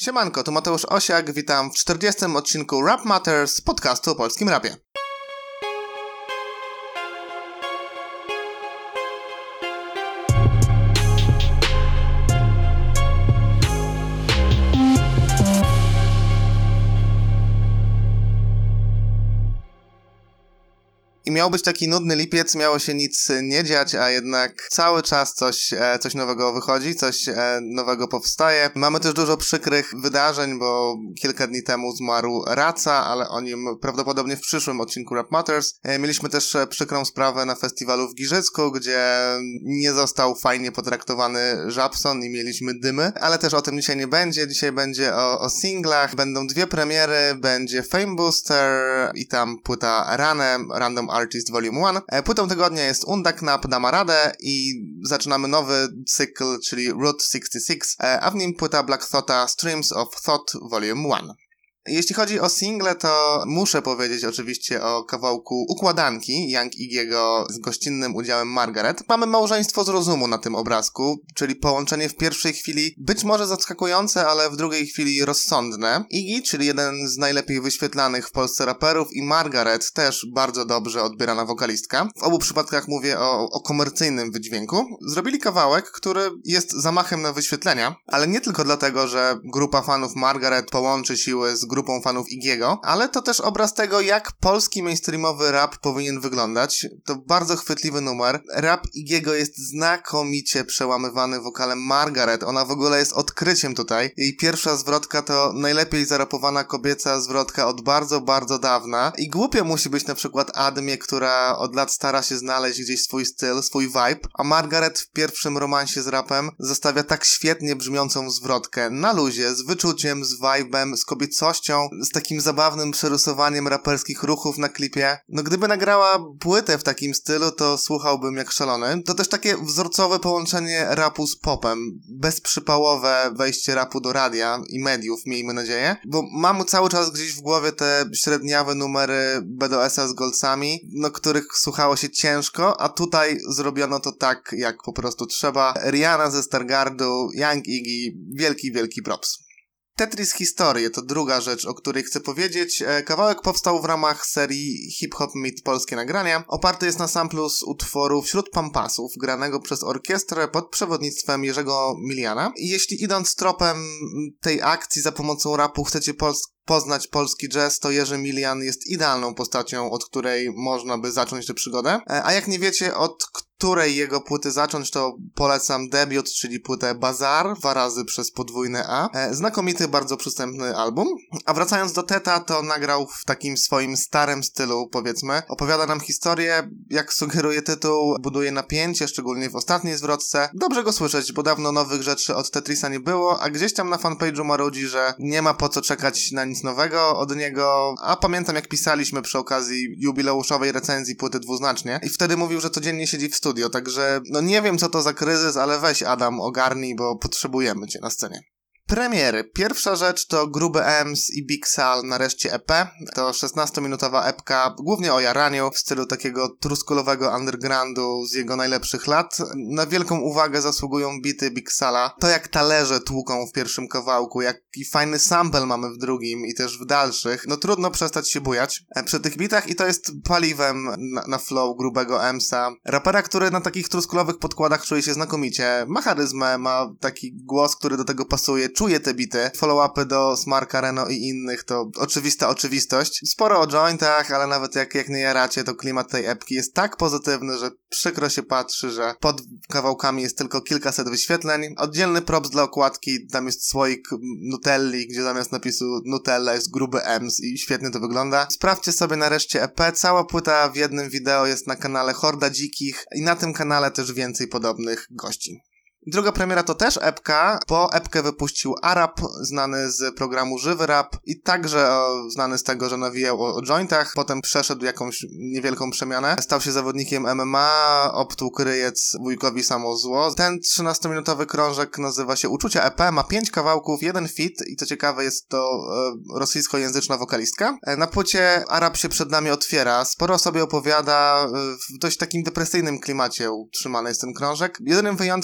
Siemanko, tu Mateusz Osiak, witam w 40. odcinku Rap Matters, podcastu o polskim rapie. I miał być taki nudny lipiec, miało się nic nie dziać, a jednak cały czas coś nowego wychodzi, coś nowego powstaje. Mamy też dużo przykrych wydarzeń, bo kilka dni temu zmarł Raca, ale o nim prawdopodobnie w przyszłym odcinku Rap Matters. Mieliśmy też przykrą sprawę na festiwalu w Giżycku, gdzie nie został fajnie potraktowany Żabson i mieliśmy dymy, ale też o tym dzisiaj nie będzie. Dzisiaj będzie o singlach, będą dwie premiery, będzie Fame Booster i tam płyta Random Artist Volume 1. Płytą tygodnia jest Undaknap Dama Radę i zaczynamy nowy cykl, czyli Route 66, a w nim płyta Black Thought'a Streams of Thought Volume 1. Jeśli chodzi o single, to muszę powiedzieć oczywiście o kawałku Układanki Young Iggy'ego z gościnnym udziałem Margaret. Mamy małżeństwo z rozumu na tym obrazku, czyli połączenie w pierwszej chwili być może zaskakujące, ale w drugiej chwili rozsądne. Iggy, czyli jeden z najlepiej wyświetlanych w Polsce raperów, i Margaret, też bardzo dobrze odbierana wokalistka. W obu przypadkach mówię o komercyjnym wydźwięku. Zrobili kawałek, który jest zamachem na wyświetlenia, ale nie tylko dlatego, że grupa fanów Margaret połączy siły z grupą fanów Iggy'ego, ale to też obraz tego, jak polski mainstreamowy rap powinien wyglądać. To bardzo chwytliwy numer. Rap Iggy'ego jest znakomicie przełamywany wokalem Margaret. Ona w ogóle jest odkryciem tutaj. Jej pierwsza zwrotka to najlepiej zarapowana kobieca zwrotka od bardzo, bardzo dawna. I głupio musi być na przykład Admie, która od lat stara się znaleźć gdzieś swój styl, swój vibe, a Margaret w pierwszym romansie z rapem zostawia tak świetnie brzmiącą zwrotkę. Na luzie, z wyczuciem, z vibe'em, z kobiecością, z takim zabawnym przerysowaniem raperskich ruchów na klipie. No gdyby nagrała płytę w takim stylu, to słuchałbym jak szalony. To też takie wzorcowe połączenie rapu z popem. Bezprzypałowe wejście rapu do radia i mediów, miejmy nadzieję. Bo mam cały czas gdzieś w głowie te średniawe numery BDS-a z Goldsami, no których słuchało się ciężko, a tutaj zrobiono to tak, jak po prostu trzeba. Rihanna ze Stargardu, Young Iggy, wielki, wielki props. Tetris Historie to druga rzecz, o której chcę powiedzieć. Kawałek powstał w ramach serii Hip Hop Meet Polskie Nagrania. Oparty jest na samplu z utworu Wśród Pampasów, granego przez orkiestrę pod przewodnictwem Jerzego Miliana. I jeśli idąc tropem tej akcji za pomocą rapu chcecie poznać polski jazz, to Jerzy Milian jest idealną postacią, od której można by zacząć tę przygodę. A jak nie wiecie, od której jego płyty zacząć, to polecam debiut, czyli płytę Bazar, 2 razy przez podwójne A. Znakomity, bardzo przystępny album. A wracając do Teta, to nagrał w takim swoim starym stylu, powiedzmy. Opowiada nam historię, jak sugeruje tytuł, buduje napięcie, szczególnie w ostatniej zwrotce. Dobrze go słyszeć, bo dawno nowych rzeczy od Tetrisa nie było, a gdzieś tam na fanpage'u marudzi, że nie ma po co czekać na nic nowego od niego, a pamiętam jak pisaliśmy przy okazji jubileuszowej recenzji płyty Dwuznacznie i wtedy mówił, że codziennie siedzi w studio, także no nie wiem co to za kryzys, ale weź Adam ogarnij, bo potrzebujemy cię na scenie. Premiery. Pierwsza rzecz to Gruby Ems i Big Sal nareszcie EP. To 16-minutowa epka, głównie o jaraniu, w stylu takiego truskulowego undergroundu z jego najlepszych lat. Na wielką uwagę zasługują bity Big Sala. To jak talerze tłuką w pierwszym kawałku, jaki fajny sample mamy w drugim i też w dalszych. No trudno przestać się bujać przy tych bitach i to jest paliwem na flow Grubego Emsa. Rapera, który na takich truskulowych podkładach czuje się znakomicie. Ma charyzmę, ma taki głos, który do tego pasuje. Czuje te bity. Follow-upy do Smarka, Reno i innych to oczywista oczywistość. Sporo o jointach, ale nawet jak nie jaracie, to klimat tej epki jest tak pozytywny, że przykro się patrzy, że pod kawałkami jest tylko kilkaset wyświetleń. Oddzielny props dla okładki, tam jest słoik Nutelli, gdzie zamiast napisu Nutella jest Gruby Ems i świetnie to wygląda. Sprawdźcie sobie nareszcie EP. Cała płyta w jednym wideo jest na kanale Horda Dzikich i na tym kanale też więcej podobnych gości. Druga premiera to też epka. Po epkę wypuścił Arab, znany z programu Żywy Rap i także znany z tego, że nawijał o jointach. Potem przeszedł jakąś niewielką przemianę. Stał się zawodnikiem MMA, obtłukł ryjec wujkowi samo zło. Ten 13-minutowy krążek nazywa się Uczucia EP, ma 5 kawałków, 1 feat i co ciekawe jest to rosyjskojęzyczna wokalistka. Na płycie Arab się przed nami otwiera, sporo sobie opowiada, w dość takim depresyjnym klimacie utrzymany jest ten krążek. Jedynym wyjątkiem jest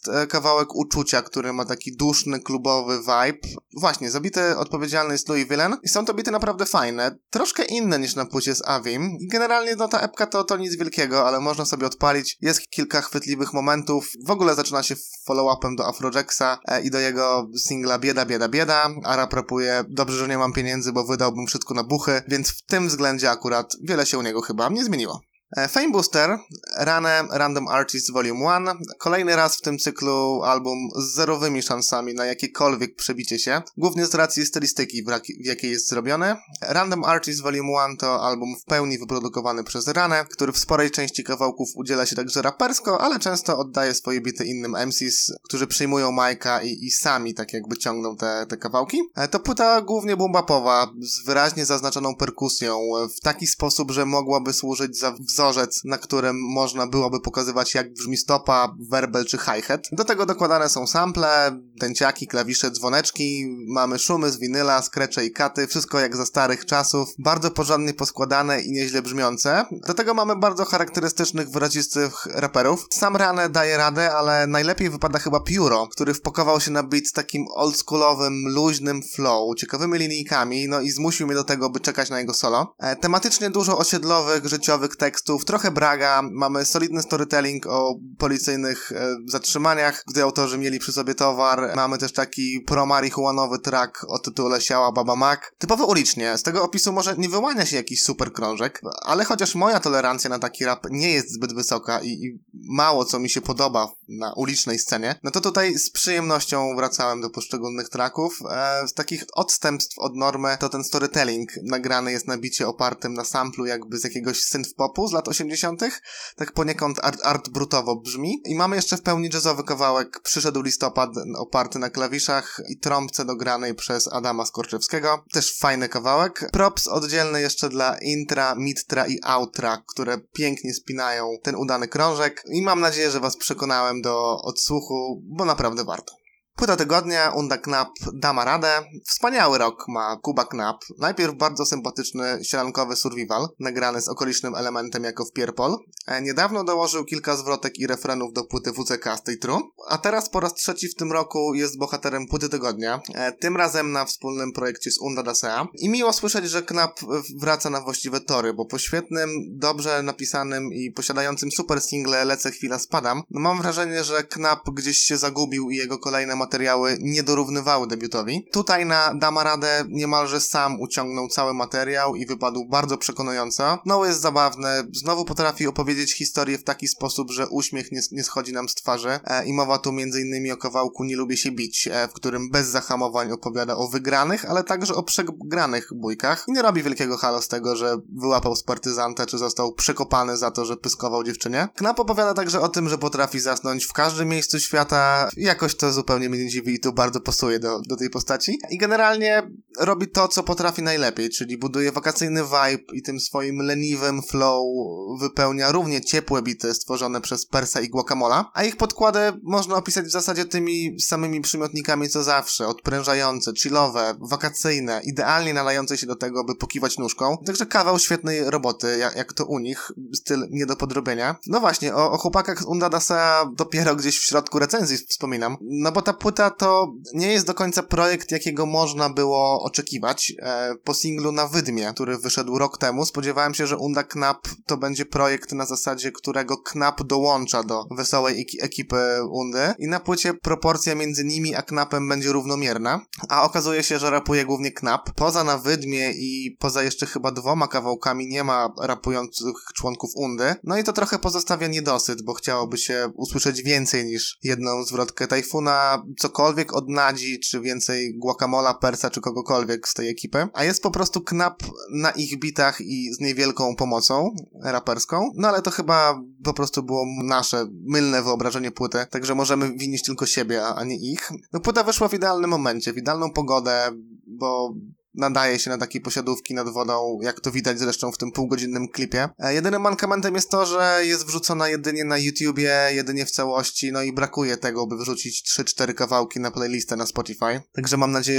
jest kawałek Uczucia, który ma taki duszny, klubowy vibe. Właśnie, za bity odpowiedzialny jest Louis Villain i są to bity naprawdę fajne, troszkę inne niż na płycie z Avim. I generalnie no ta epka to nic wielkiego, ale można sobie odpalić. Jest kilka chwytliwych momentów. W ogóle zaczyna się follow-upem do Afrojacksa i do jego singla Bieda, Bieda, Bieda. A rap rapuje: dobrze, że nie mam pieniędzy, bo wydałbym wszystko na buchy, więc w tym względzie akurat wiele się u niego chyba nie zmieniło. Fame Booster, Rane Random Artist Volume 1, kolejny raz w tym cyklu album z zerowymi szansami na jakiekolwiek przebicie się, głównie z racji stylistyki, w jakiej jest zrobiony. Random Artist Volume 1 to album w pełni wyprodukowany przez Rane, który w sporej części kawałków udziela się także rapersko, ale często oddaje swoje bity innym MCs, którzy przyjmują majka i sami tak jakby ciągną te kawałki. To płyta głównie boom-bapowa, z wyraźnie zaznaczoną perkusją, w taki sposób, że mogłaby służyć za wzorzec, na którym można byłoby pokazywać, jak brzmi stopa, werbel czy hi-hat. Do tego dokładane są sample, dęciaki, klawisze, dzwoneczki, mamy szumy z winyla, skrecze i katy, wszystko jak za starych czasów, bardzo porządnie poskładane i nieźle brzmiące. Do tego mamy bardzo charakterystycznych, wyrazistych raperów. Sam Rane daje radę, ale najlepiej wypada chyba Piuro, który wpakował się na beat z takim oldschoolowym, luźnym flow, ciekawymi linijkami, no i zmusił mnie do tego, by czekać na jego solo. Tematycznie dużo osiedlowych, życiowych tekstów, trochę braga, mamy solidny storytelling o policyjnych zatrzymaniach, gdy autorzy mieli przy sobie towar. Mamy też taki pro-marihuanowy track o tytule Siała Baba Mac. Typowo ulicznie, z tego opisu może nie wyłania się jakiś super krążek, ale chociaż moja tolerancja na taki rap nie jest zbyt wysoka i mało co mi się podoba na ulicznej scenie, no to tutaj z przyjemnością wracałem do poszczególnych tracków. Z takich odstępstw od normy to ten storytelling nagrany jest na bicie opartym na samplu jakby z jakiegoś synth-popu z lat 80. Tak poniekąd art brutowo brzmi. I mamy jeszcze w pełni jazzowy kawałek Przyszedł listopad, oparty na klawiszach i trąbce dogranej przez Adama Skorczewskiego. Też fajny kawałek. Props oddzielny jeszcze dla intra, midtra i outra, które pięknie spinają ten udany krążek. I mam nadzieję, że was przekonałem do odsłuchu, bo naprawdę warto. Płyta tygodnia, Unda Knap Dama Radę. Wspaniały rok ma Kuba Knap. Najpierw bardzo sympatyczny, sielankowy survival, nagrany z okolicznym elementem jako w Pierpol. Niedawno dołożył kilka zwrotek i refrenów do płyty WCK Stay True. A teraz po raz trzeci w tym roku jest bohaterem płyty tygodnia. Tym razem na wspólnym projekcie z Unda Dasea. I miło słyszeć, że Knap wraca na właściwe tory, bo po świetnym, dobrze napisanym i posiadającym super single Lecę chwila spadam, no mam wrażenie, że Knap gdzieś się zagubił i jego kolejne materiały nie dorównywały debiutowi. Tutaj na Dama Radę niemalże sam uciągnął cały materiał i wypadł bardzo przekonująco. No jest zabawne, znowu potrafi opowiedzieć historię w taki sposób, że uśmiech nie schodzi nam z twarzy. I mowa tu m.in. o kawałku Nie lubię się bić, w którym bez zahamowań opowiada o wygranych, ale także o przegranych bójkach. I nie robi wielkiego halo z tego, że wyłapał z partyzanta, czy został przekopany za to, że pyskował dziewczynie. Knap opowiada także o tym, że potrafi zasnąć w każdym miejscu świata. Jakoś to zupełnie mnie nie dziwi i to bardzo pasuje do tej postaci. I generalnie robi to, co potrafi najlepiej, czyli buduje wakacyjny vibe i tym swoim leniwym flow wypełnia równie ciepłe bity stworzone przez Persa i Guacamola, a ich podkłady można opisać w zasadzie tymi samymi przymiotnikami co zawsze, odprężające, chillowe, wakacyjne, idealnie nadające się do tego, by pokiwać nóżką. Także kawał świetnej roboty, jak to u nich, styl nie do podrobienia. No właśnie, o chłopakach z Unda Dasea dopiero gdzieś w środku recenzji wspominam, no bo ta płyta to nie jest do końca projekt, jakiego można było oczekiwać. Po singlu Na Wydmie, który wyszedł rok temu, spodziewałem się, że Unda Knap to będzie projekt na zasadzie, którego Knap dołącza do wesołej ekipy Undy i na płycie proporcja między nimi a Knapem będzie równomierna, a okazuje się, że rapuje głównie Knap. Poza Na Wydmie i poza jeszcze chyba 2 kawałkami nie ma rapujących członków Undy, no i to trochę pozostawia niedosyt, bo chciałoby się usłyszeć więcej niż jedną zwrotkę Tajfuna, cokolwiek od Nadzi, czy więcej Guacamola, Persa, czy kogokolwiek z tej ekipy, a jest po prostu Knap na ich bitach i z niewielką pomocą raperską, no ale to chyba po prostu było nasze mylne wyobrażenie płyty, także możemy winić tylko siebie, a nie ich. No płyta wyszła w idealnym momencie, w idealną pogodę, bo nadaje się na takie posiadówki nad wodą, jak to widać zresztą w tym półgodzinnym klipie. Jedynym mankamentem jest to, że jest wrzucona jedynie na YouTubie, jedynie w całości, no i brakuje tego, by wrzucić 3-4 kawałki na playlistę na Spotify. Także mam nadzieję, że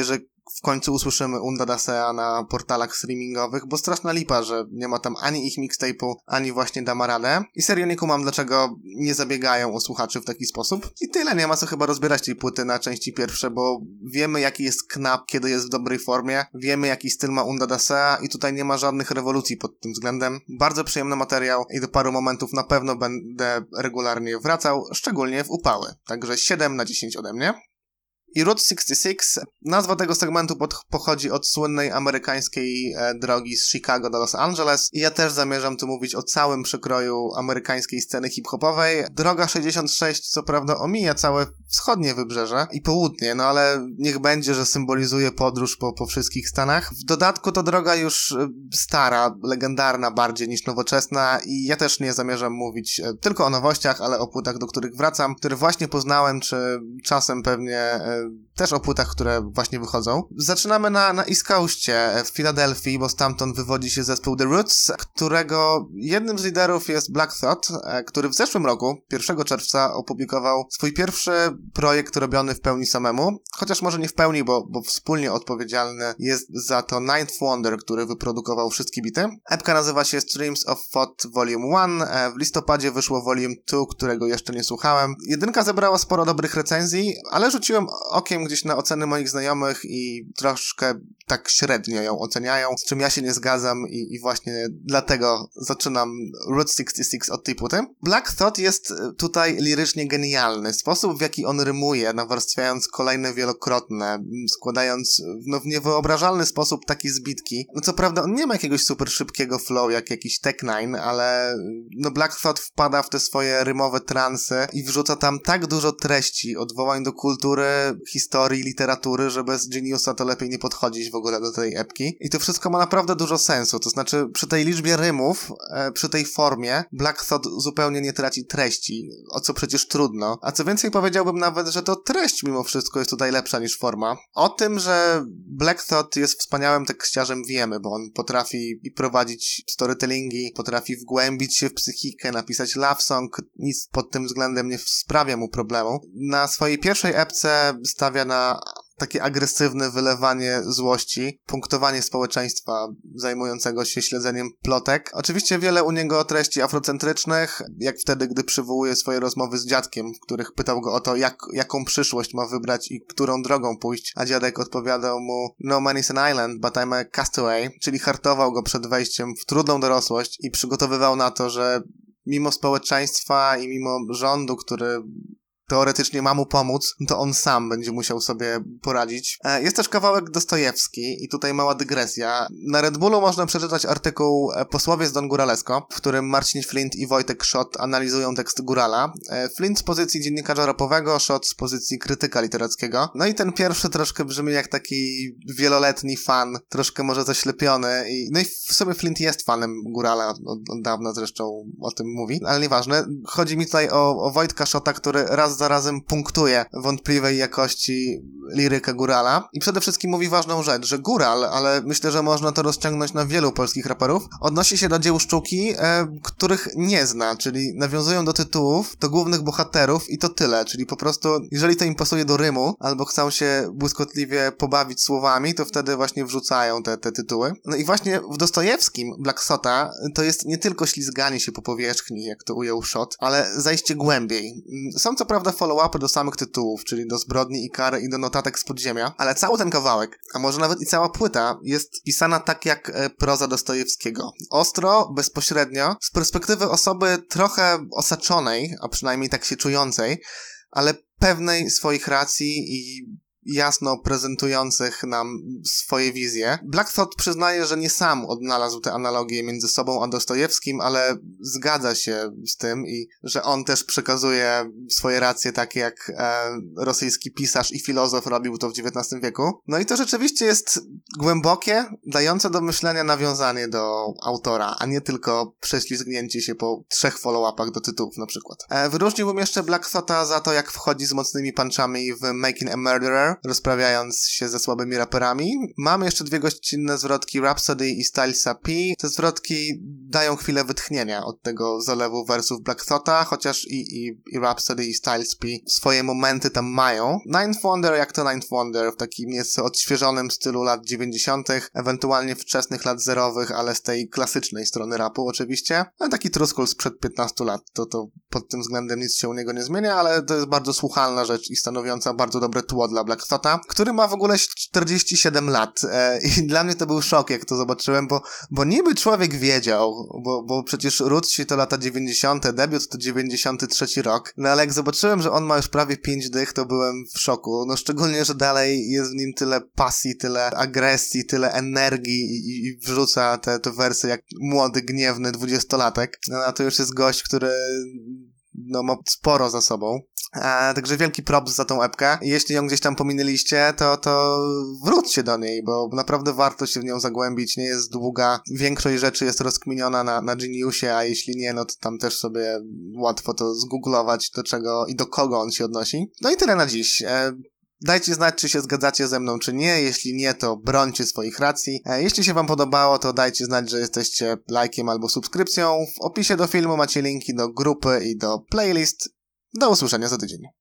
w końcu usłyszymy Unda Dasea na portalach streamingowych, bo straszna lipa, że nie ma tam ani ich mixtape'u, ani właśnie Dama Radę. I serio nie kumam, dlaczego nie zabiegają o słuchaczy w taki sposób. I tyle, nie ma co chyba rozbierać tej płyty na części pierwsze, bo wiemy jaki jest Knap, kiedy jest w dobrej formie, wiemy jaki styl ma Unda Dasea i tutaj nie ma żadnych rewolucji pod tym względem. Bardzo przyjemny materiał i do paru momentów na pewno będę regularnie wracał, szczególnie w upały. Także 7/10 ode mnie. I Route 66, nazwa tego segmentu pochodzi od słynnej amerykańskiej drogi z Chicago do Los Angeles i ja też zamierzam tu mówić o całym przekroju amerykańskiej sceny hip-hopowej. Droga 66 co prawda omija całe wschodnie wybrzeże i południe, no ale niech będzie, że symbolizuje podróż po wszystkich Stanach. W dodatku to droga już stara, legendarna bardziej niż nowoczesna i ja też nie zamierzam mówić tylko o nowościach, ale o płytach, do których wracam, które właśnie poznałem, czy czasem pewnie też o płytach, które właśnie wychodzą. Zaczynamy na East Coastie, w Filadelfii, bo stamtąd wywodzi się zespół The Roots, którego jednym z liderów jest Black Thought, który w zeszłym roku, 1 czerwca, opublikował swój pierwszy projekt robiony w pełni samemu, chociaż może nie w pełni, bo wspólnie odpowiedzialny jest za to Ninth Wonder, który wyprodukował wszystkie bity. Epka nazywa się Streams of Thought Volume 1, w listopadzie wyszło Volume 2, którego jeszcze nie słuchałem. Jedynka zebrała sporo dobrych recenzji, ale rzuciłem okiem gdzieś na oceny moich znajomych i troszkę tak średnio ją oceniają, z czym ja się nie zgadzam i właśnie dlatego zaczynam Route 66 od tej płyty. Black Thought jest tutaj lirycznie genialny. Sposób, w jaki on rymuje, nawarstwiając kolejne wielokrotne, składając w niewyobrażalny sposób takie zbitki. No co prawda on nie ma jakiegoś super szybkiego flow jak jakiś Tech9, ale Black Thought wpada w te swoje rymowe transy i wrzuca tam tak dużo treści, odwołań do kultury, historii, literatury, że bez Geniusa to lepiej nie podchodzić w ogóle do tej epki. I to wszystko ma naprawdę dużo sensu, to znaczy przy tej liczbie rymów, przy tej formie, Black Thought zupełnie nie traci treści, o co przecież trudno. A co więcej powiedziałbym nawet, że to treść mimo wszystko jest tutaj lepsza niż forma. O tym, że Black Thought jest wspaniałym tekściarzem wiemy, bo on potrafi prowadzić storytellingi, potrafi wgłębić się w psychikę, napisać love song, nic pod tym względem nie sprawia mu problemu. Na swojej pierwszej epce stawia na takie agresywne wylewanie złości, punktowanie społeczeństwa zajmującego się śledzeniem plotek. Oczywiście wiele u niego treści afrocentrycznych, jak wtedy, gdy przywołuje swoje rozmowy z dziadkiem, w których pytał go o to, jaką przyszłość ma wybrać i którą drogą pójść, a dziadek odpowiadał mu "No man is an island, but I'm a castaway", czyli hartował go przed wejściem w trudną dorosłość i przygotowywał na to, że mimo społeczeństwa i mimo rządu, który teoretycznie ma mu pomóc, to on sam będzie musiał sobie poradzić. Jest też kawałek Dostojewski i tutaj mała dygresja. Na Red Bullu można przeczytać artykuł Posłowie z Don Góralesko, w którym Marcin Flint i Wojtek Szot analizują tekst Górala. Flint z pozycji dziennikarza rapowego, Szot z pozycji krytyka literackiego. No i ten pierwszy troszkę brzmi jak taki wieloletni fan, troszkę może zaślepiony. No i w sumie Flint jest fanem Górala, od dawna zresztą o tym mówi, ale nieważne. Chodzi mi tutaj o Wojtka Szota, który raz za razem punktuje wątpliwej jakości lirykę Górala i przede wszystkim mówi ważną rzecz, że Góral, ale myślę, że można to rozciągnąć na wielu polskich raperów, odnosi się do dzieł sztuki, których nie zna, czyli nawiązują do tytułów, do głównych bohaterów i to tyle, czyli po prostu jeżeli to im pasuje do rymu, albo chcą się błyskotliwie pobawić słowami, to wtedy właśnie wrzucają te tytuły. No i właśnie w Dostojewskim Black Thoughta to jest nie tylko ślizganie się po powierzchni, jak to ujął Szot, ale zajście głębiej. Są co prawda follow-upy do samych tytułów, czyli do Zbrodni i Kary i do Notatek z podziemia, ale cały ten kawałek, a może nawet i cała płyta, jest pisana tak jak proza Dostojewskiego. Ostro, bezpośrednio, z perspektywy osoby trochę osaczonej, a przynajmniej tak się czującej, ale pewnej swoich racji i jasno prezentujących nam swoje wizje. Black Thought przyznaje, że nie sam odnalazł te analogie między sobą a Dostojewskim, ale zgadza się z tym i że on też przekazuje swoje racje tak jak rosyjski pisarz i filozof robił to w XIX wieku. No i to rzeczywiście jest głębokie, dające do myślenia nawiązanie do autora, a nie tylko prześlizgnięcie się po 3 follow-upach do tytułów na przykład. Wyróżniłbym jeszcze Black Thought'a za to, jak wchodzi z mocnymi punchami w Making a Murderer, rozprawiając się ze słabymi raperami. Mamy jeszcze dwie gościnne zwrotki Rhapsody i Stylesa P. Te zwrotki dają chwilę wytchnienia od tego zalewu wersów Black Thought'a, chociaż i Rhapsody i Styles P swoje momenty tam mają. Ninth Wonder jak to Ninth Wonder, w takim nieco odświeżonym stylu lat 90., ewentualnie wczesnych lat zerowych, ale z tej klasycznej strony rapu oczywiście. No taki truskul sprzed 15 lat, to pod tym względem nic się u niego nie zmienia, ale to jest bardzo słuchalna rzecz i stanowiąca bardzo dobre tło dla Black Thought'a, który ma w ogóle 47 lat i dla mnie to był szok, jak to zobaczyłem, bo niby człowiek wiedział, bo przecież Roots to lata 90., debiut to 93 rok, no ale jak zobaczyłem, że on ma już prawie 5 dych, to byłem w szoku, no szczególnie, że dalej jest w nim tyle pasji, tyle agresji, tyle energii i wrzuca te wersy jak młody, gniewny 20-latek, no a to już jest gość, który no ma sporo za sobą. Także wielki props za tą epkę. Jeśli ją gdzieś tam pominęliście, to wróćcie do niej, bo naprawdę warto się w nią zagłębić. Nie jest długa. Większość rzeczy jest rozkminiona na Geniusie, a jeśli nie, no to tam też sobie łatwo to zgooglować, do czego i do kogo on się odnosi. No i tyle na dziś. Dajcie znać, czy się zgadzacie ze mną, czy nie. Jeśli nie, to brońcie swoich racji. Jeśli się wam podobało, to dajcie znać, że jesteście lajkiem albo subskrypcją. W opisie do filmu macie linki do grupy i do playlist. Do usłyszenia za tydzień.